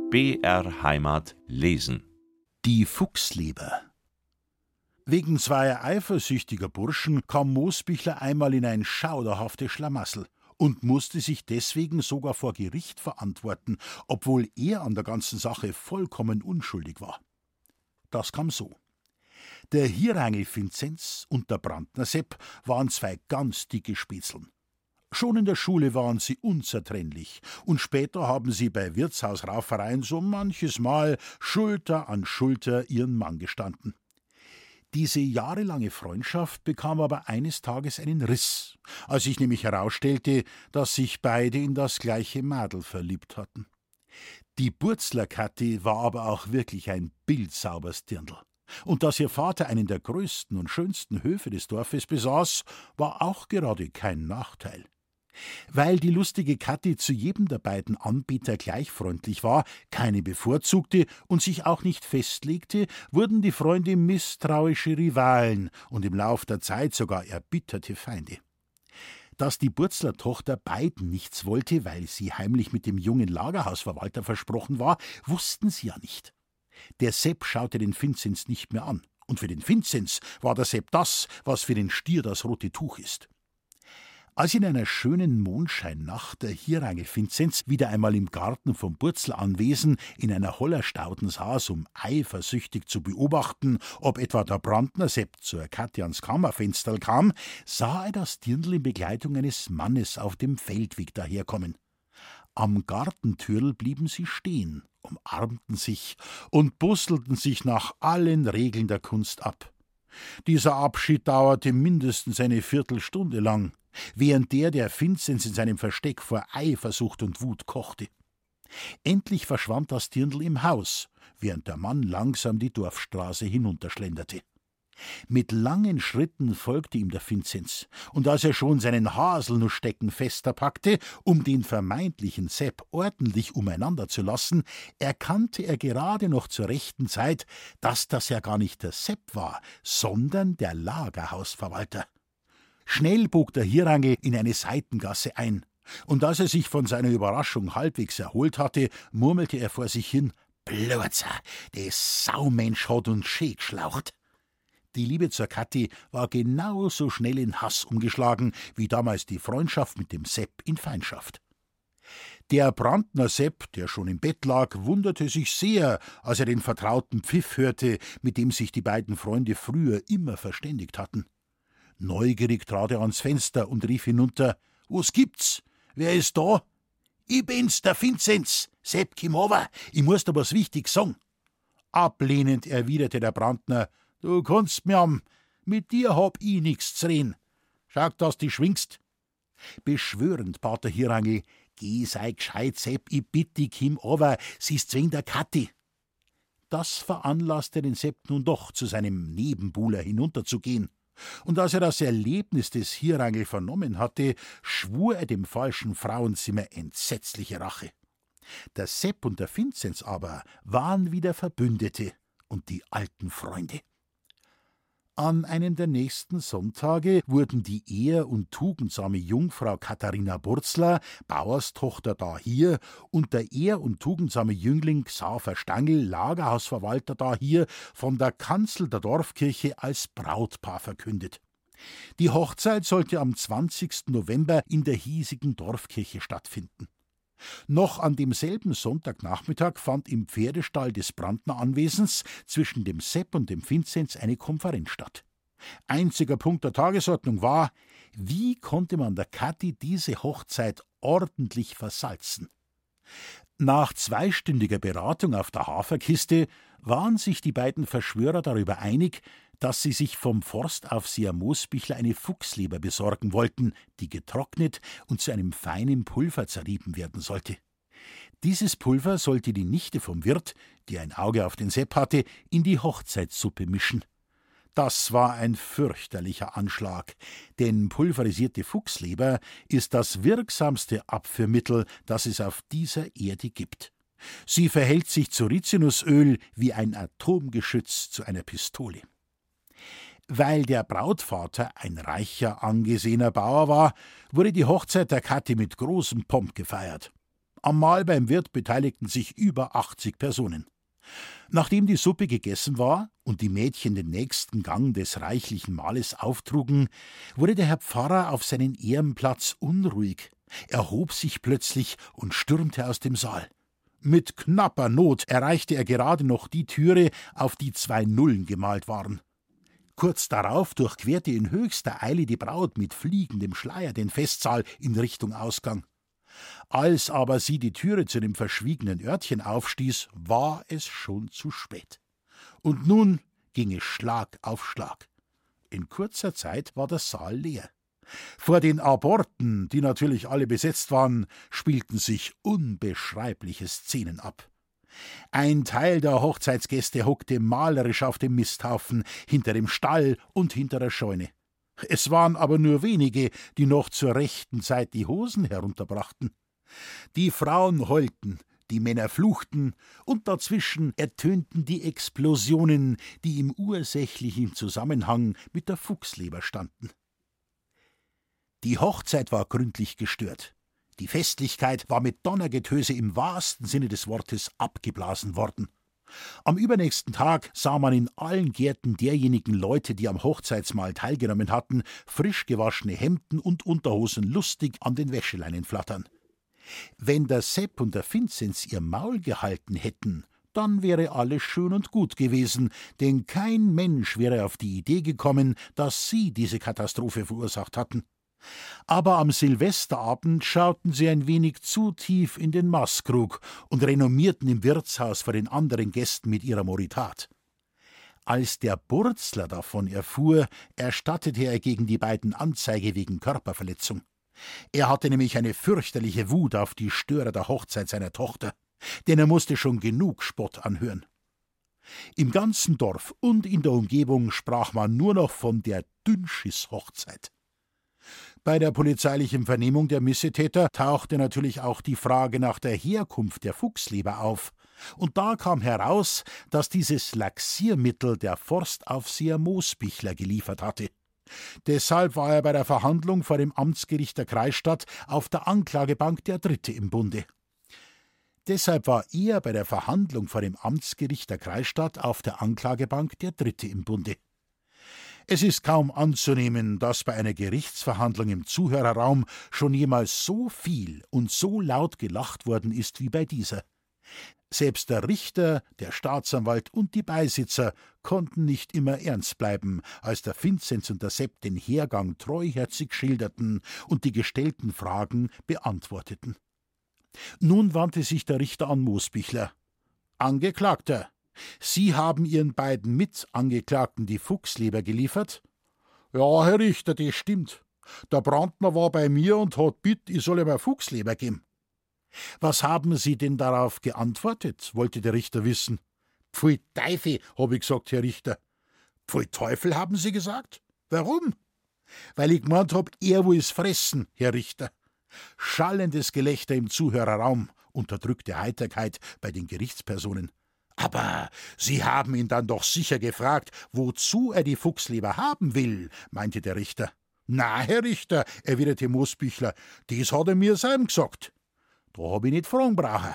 BR Heimat lesen. Die Fuchsleber. Wegen zweier eifersüchtiger Burschen kam Moosbichler einmal in ein schauderhaftes Schlamassel und musste sich deswegen sogar vor Gericht verantworten, obwohl er an der ganzen Sache vollkommen unschuldig war. Das kam so. Der Hierangel Vinzenz und der Brandner Sepp waren zwei ganz dicke Spätzeln. Schon in der Schule waren sie unzertrennlich, und später haben sie bei Wirtshausraufereien so manches Mal Schulter an Schulter ihren Mann gestanden. Diese jahrelange Freundschaft bekam aber eines Tages einen Riss, als sich nämlich herausstellte, dass sich beide in das gleiche Madel verliebt hatten. Die Burzler-Kathi war aber auch wirklich ein bildsaubers Dirndl. Und dass ihr Vater einen der größten und schönsten Höfe des Dorfes besaß, war auch gerade kein Nachteil. Weil die lustige Kathi zu jedem der beiden Anbieter gleich freundlich war, keine bevorzugte und sich auch nicht festlegte, wurden die Freunde misstrauische Rivalen und im Lauf der Zeit sogar erbitterte Feinde. Dass die Burzler Tochter beiden nichts wollte, weil sie heimlich mit dem jungen Lagerhausverwalter versprochen war, wussten sie ja nicht. Der Sepp schaute den Vinzenz nicht mehr an, und für den Vinzenz war der Sepp das, was für den Stier das rote Tuch ist. Als in einer schönen Mondscheinnacht der Hierangel Vinzenz wieder einmal im Garten vom Burzel-Anwesen in einer Hollerstauden saß, um eifersüchtig zu beobachten, ob etwa der Brandner Sepp zur Kathi ans Kammerfensterl kam, sah er das Dirndl in Begleitung eines Mannes auf dem Feldweg daherkommen. Am Gartentürl blieben sie stehen, umarmten sich und busselten sich nach allen Regeln der Kunst ab. Dieser Abschied dauerte mindestens eine Viertelstunde lang, während der Vinzenz in seinem Versteck vor Eifersucht und Wut kochte. Endlich verschwand das Dirndl im Haus, während der Mann langsam die Dorfstraße hinunterschlenderte. Mit langen Schritten folgte ihm der Vinzenz, und als er schon seinen Haselnussstecken fester packte, um den vermeintlichen Sepp ordentlich umeinander zu lassen, erkannte er gerade noch zur rechten Zeit, dass das ja gar nicht der Sepp war, sondern der Lagerhausverwalter. Schnell bog der Hierangel in eine Seitengasse ein, und als er sich von seiner Überraschung halbwegs erholt hatte, murmelte er vor sich hin: »Blözer, der Saumensch hat uns schön geschlaucht.« Die Liebe zur Kathi war genauso schnell in Hass umgeschlagen, wie damals die Freundschaft mit dem Sepp in Feindschaft. Der Brandner Sepp, der schon im Bett lag, wunderte sich sehr, als er den vertrauten Pfiff hörte, mit dem sich die beiden Freunde früher immer verständigt hatten. Neugierig trat er ans Fenster und rief hinunter: »Was gibt's? Wer ist da?« »Ich bin's, der Vinzenz. Sepp, komm over, ich muss dir was Wichtiges sagen.« Ablehnend erwiderte der Brandner: »Du kannst mir am, mit dir hab ich nix zu reden. Schau, dass du schwingst.« Beschwörend bat der Hierangel: »Geh, sei gescheit, Sepp, ich bitt dich, komm over, sie ist zwing der Kathi.« Das veranlasste den Sepp nun doch, zu seinem Nebenbuhler hinunterzugehen. Und als er das Erlebnis des Hierangel vernommen hatte, schwur er dem falschen Frauenzimmer entsetzliche Rache. Der Sepp und der Vinzenz aber waren wieder Verbündete und die alten Freunde. An einem der nächsten Sonntage wurden die ehr- und tugendsame Jungfrau Katharina Burzler, Bauerstochter dahier, und der ehr- und tugendsame Jüngling Xaver Stangl, Lagerhausverwalter dahier, von der Kanzel der Dorfkirche als Brautpaar verkündet. Die Hochzeit sollte am 20. November in der hiesigen Dorfkirche stattfinden. Noch an demselben Sonntagnachmittag fand im Pferdestall des Brandner Anwesens zwischen dem Sepp und dem Vinzenz eine Konferenz statt. Einziger Punkt der Tagesordnung war: Wie konnte man der Kathi diese Hochzeit ordentlich versalzen? Nach zweistündiger Beratung auf der Haferkiste waren sich die beiden Verschwörer darüber einig, dass sie sich vom Forstaufseher Moosbichler eine Fuchsleber besorgen wollten, die getrocknet und zu einem feinen Pulver zerrieben werden sollte. Dieses Pulver sollte die Nichte vom Wirt, die ein Auge auf den Sepp hatte, in die Hochzeitssuppe mischen. Das war ein fürchterlicher Anschlag, denn pulverisierte Fuchsleber ist das wirksamste Abführmittel, das es auf dieser Erde gibt. Sie verhält sich zu Rizinusöl wie ein Atomgeschütz zu einer Pistole. Weil der Brautvater ein reicher, angesehener Bauer war, wurde die Hochzeit der Kathi mit großem Pomp gefeiert. Am Mahl beim Wirt beteiligten sich über 80 Personen. Nachdem die Suppe gegessen war und die Mädchen den nächsten Gang des reichlichen Mahles auftrugen, wurde der Herr Pfarrer auf seinen Ehrenplatz unruhig, erhob sich plötzlich und stürmte aus dem Saal. Mit knapper Not erreichte er gerade noch die Türe, auf die 2 Nullen gemalt waren. Kurz darauf durchquerte in höchster Eile die Braut mit fliegendem Schleier den Festsaal in Richtung Ausgang. Als aber sie die Türe zu dem verschwiegenen Örtchen aufstieß, war es schon zu spät. Und nun ging es Schlag auf Schlag. In kurzer Zeit war der Saal leer. Vor den Aborten, die natürlich alle besetzt waren, spielten sich unbeschreibliche Szenen ab. Ein Teil der Hochzeitsgäste hockte malerisch auf dem Misthaufen, hinter dem Stall und hinter der Scheune. Es waren aber nur wenige, die noch zur rechten Zeit die Hosen herunterbrachten. Die Frauen heulten, die Männer fluchten, und dazwischen ertönten die Explosionen, die im ursächlichen Zusammenhang mit der Fuchsleber standen. Die Hochzeit war gründlich gestört. Die Festlichkeit war mit Donnergetöse im wahrsten Sinne des Wortes abgeblasen worden. Am übernächsten Tag sah man in allen Gärten derjenigen Leute, die am Hochzeitsmahl teilgenommen hatten, frisch gewaschene Hemden und Unterhosen lustig an den Wäscheleinen flattern. Wenn der Sepp und der Vinzenz ihr Maul gehalten hätten, dann wäre alles schön und gut gewesen, denn kein Mensch wäre auf die Idee gekommen, dass sie diese Katastrophe verursacht hatten. Aber am Silvesterabend schauten sie ein wenig zu tief in den Maßkrug und renommierten im Wirtshaus vor den anderen Gästen mit ihrer Moritat. Als der Burzler davon erfuhr, erstattete er gegen die beiden Anzeige wegen Körperverletzung. Er hatte nämlich eine fürchterliche Wut auf die Störer der Hochzeit seiner Tochter, denn er musste schon genug Spott anhören. Im ganzen Dorf und in der Umgebung sprach man nur noch von der Dünnschiss-Hochzeit. Bei der polizeilichen Vernehmung der Missetäter tauchte natürlich auch die Frage nach der Herkunft der Fuchsleber auf. Und da kam heraus, dass dieses Laxiermittel der Forstaufseher Moosbichler geliefert hatte. Deshalb war er bei der Verhandlung vor dem Amtsgericht der Kreisstadt auf der Anklagebank der Dritte im Bunde. Deshalb war er bei der Verhandlung vor dem Amtsgericht der Kreisstadt auf der Anklagebank der Dritte im Bunde. Es ist kaum anzunehmen, dass bei einer Gerichtsverhandlung im Zuhörerraum schon jemals so viel und so laut gelacht worden ist wie bei dieser. Selbst der Richter, der Staatsanwalt und die Beisitzer konnten nicht immer ernst bleiben, als der Vinzenz und der Sepp den Hergang treuherzig schilderten und die gestellten Fragen beantworteten. Nun wandte sich der Richter an Moosbichler. »Angeklagter, Sie haben Ihren beiden Mitangeklagten die Fuchsleber geliefert?« »Ja, Herr Richter, das stimmt. Der Brandner war bei mir und hat bitt, ich soll ihm eine Fuchsleber geben.« »Was haben Sie denn darauf geantwortet?« wollte der Richter wissen. »Pfui Teufel«, habe ich gesagt, Herr Richter. »Pfui Teufel, haben Sie gesagt? Warum?« »Weil ich gemeint hab, er will's fressen, Herr Richter.« Schallendes Gelächter im Zuhörerraum, unterdrückte Heiterkeit bei den Gerichtspersonen. »Aber Sie haben ihn dann doch sicher gefragt, wozu er die Fuchsleber haben will«, meinte der Richter. »Na, Herr Richter«, erwiderte Moosbichler, »das hat er mir selbst gesagt.« »Da hab ich nicht fragen brauchen.«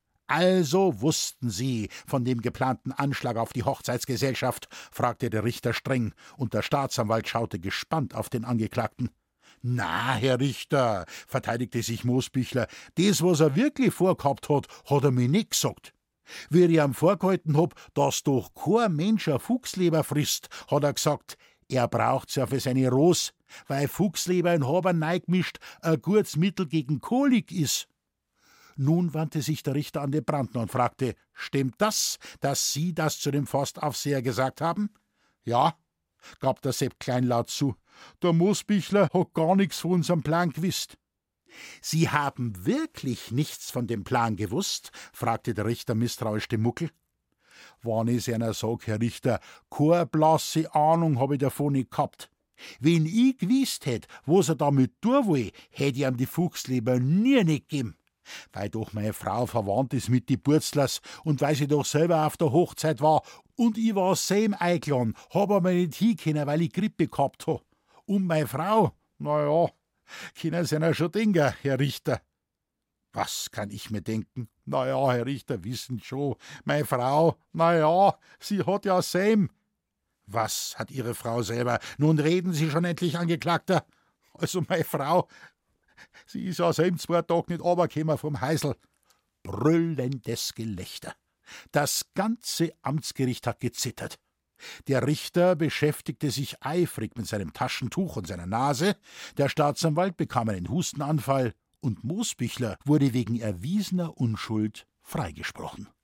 »Also wussten Sie von dem geplanten Anschlag auf die Hochzeitsgesellschaft?« fragte der Richter streng, und der Staatsanwalt schaute gespannt auf den Angeklagten. »Na, Herr Richter«, verteidigte sich Moosbichler, »das, was er wirklich vorgehabt hat er mir nicht gesagt. Wie ich ihm vorgehalten hab, dass doch kein Mensch eine Fuchsleber frisst, hat er gesagt, er braucht's ja für seine Ros, weil Fuchsleber in Habern neigemischt ein gutes Mittel gegen Kolik ist.« Nun wandte sich der Richter an den Brandner und fragte, »Stimmt das, dass Sie das zu dem Forstaufseher gesagt haben?« »Ja«, gab der Sepp kleinlaut zu, »der Moosbichler hat gar nichts von unserem Plan gewusst.« »Sie haben wirklich nichts von dem Plan gewusst?« fragte der Richter misstrauisch den Muckel. »Wann ich einer sag, Herr Richter, keine blasse Ahnung hab ich davon nicht gehabt. Wenn ich gewusst hätt, was er damit tun will, hätt ich ihm die Fuchsleber nie nicht gegeben. Weil doch meine Frau verwandt ist mit die Burzlers und weil sie doch selber auf der Hochzeit war und ich war selm eingeladen, hab aber nicht hinkönnen, weil ich Grippe gehabt hab. Und meine Frau, na ja, können Sie ja schon denken, Herr Richter.« Was kann ich mir denken? Na ja, Herr Richter, wissen schon, meine Frau, na ja, sie hat ja Sam. Was hat Ihre Frau selber? Nun reden Sie schon endlich, Angeklagter. Also meine Frau, sie ist ja selbst 2 Tage nicht runtergekommen vom Heisel. Brüllendes Gelächter. Das ganze Amtsgericht hat gezittert. Der Richter beschäftigte sich eifrig mit seinem Taschentuch und seiner Nase, der Staatsanwalt bekam einen Hustenanfall und Moosbichler wurde wegen erwiesener Unschuld freigesprochen.